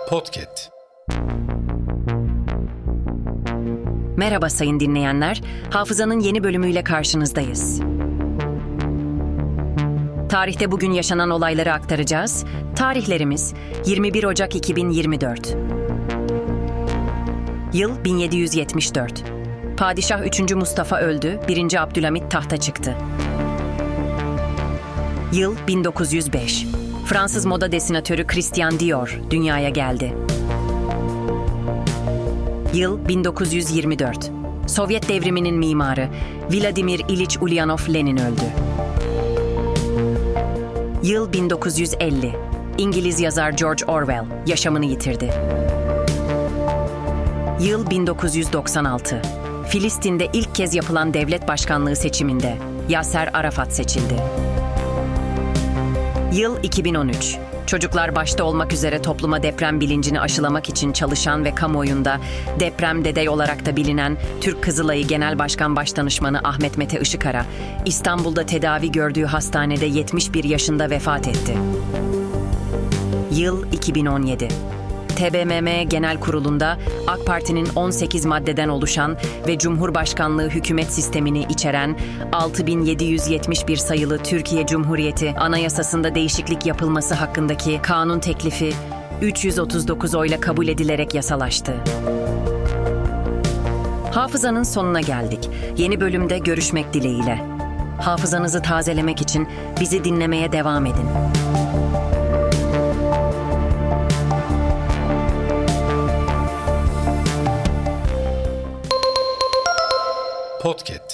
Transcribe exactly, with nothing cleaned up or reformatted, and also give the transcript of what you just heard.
Podcast. Merhaba sayın dinleyenler, Hafızanın yeni bölümüyle karşınızdayız. Tarihte bugün yaşanan olayları aktaracağız. Tarihlerimiz yirmi bir Ocak iki bin yirmi dört. Yıl bin yedi yüz yetmiş dört. Padişah üçüncü Mustafa öldü, birinci Abdülhamit tahta çıktı. Yıl bin dokuz yüz beş. Fransız moda desinatörü Christian Dior dünyaya geldi. Yıl bin dokuz yüz yirmi dört. Sovyet devriminin mimarı Vladimir İliç Ulyanov Lenin öldü. Yıl bin dokuz yüz elli. İngiliz yazar George Orwell yaşamını yitirdi. Yıl bin dokuz yüz doksan altı. Filistin'de ilk kez yapılan devlet başkanlığı seçiminde Yaser Arafat seçildi. Yıl iki bin on üç. Çocuklar başta olmak üzere topluma deprem bilincini aşılamak için çalışan ve kamuoyunda deprem dede olarak da bilinen Türk Kızılayı Genel Başkan Başdanışmanı Ahmet Mete Işıkara, İstanbul'da tedavi gördüğü hastanede yetmiş bir yaşında vefat etti. Yıl iki bin on yedi. T B M M Genel Kurulu'nda AK Parti'nin on sekiz maddeden oluşan ve Cumhurbaşkanlığı hükümet sistemini içeren altı bin yedi yüz yetmiş bir sayılı Türkiye Cumhuriyeti Anayasası'nda değişiklik yapılması hakkındaki kanun teklifi üç yüz otuz dokuz oyla kabul edilerek yasalaştı. Hafızanın sonuna geldik. Yeni bölümde görüşmek dileğiyle. Hafızanızı tazelemek için bizi dinlemeye devam edin. Podcast.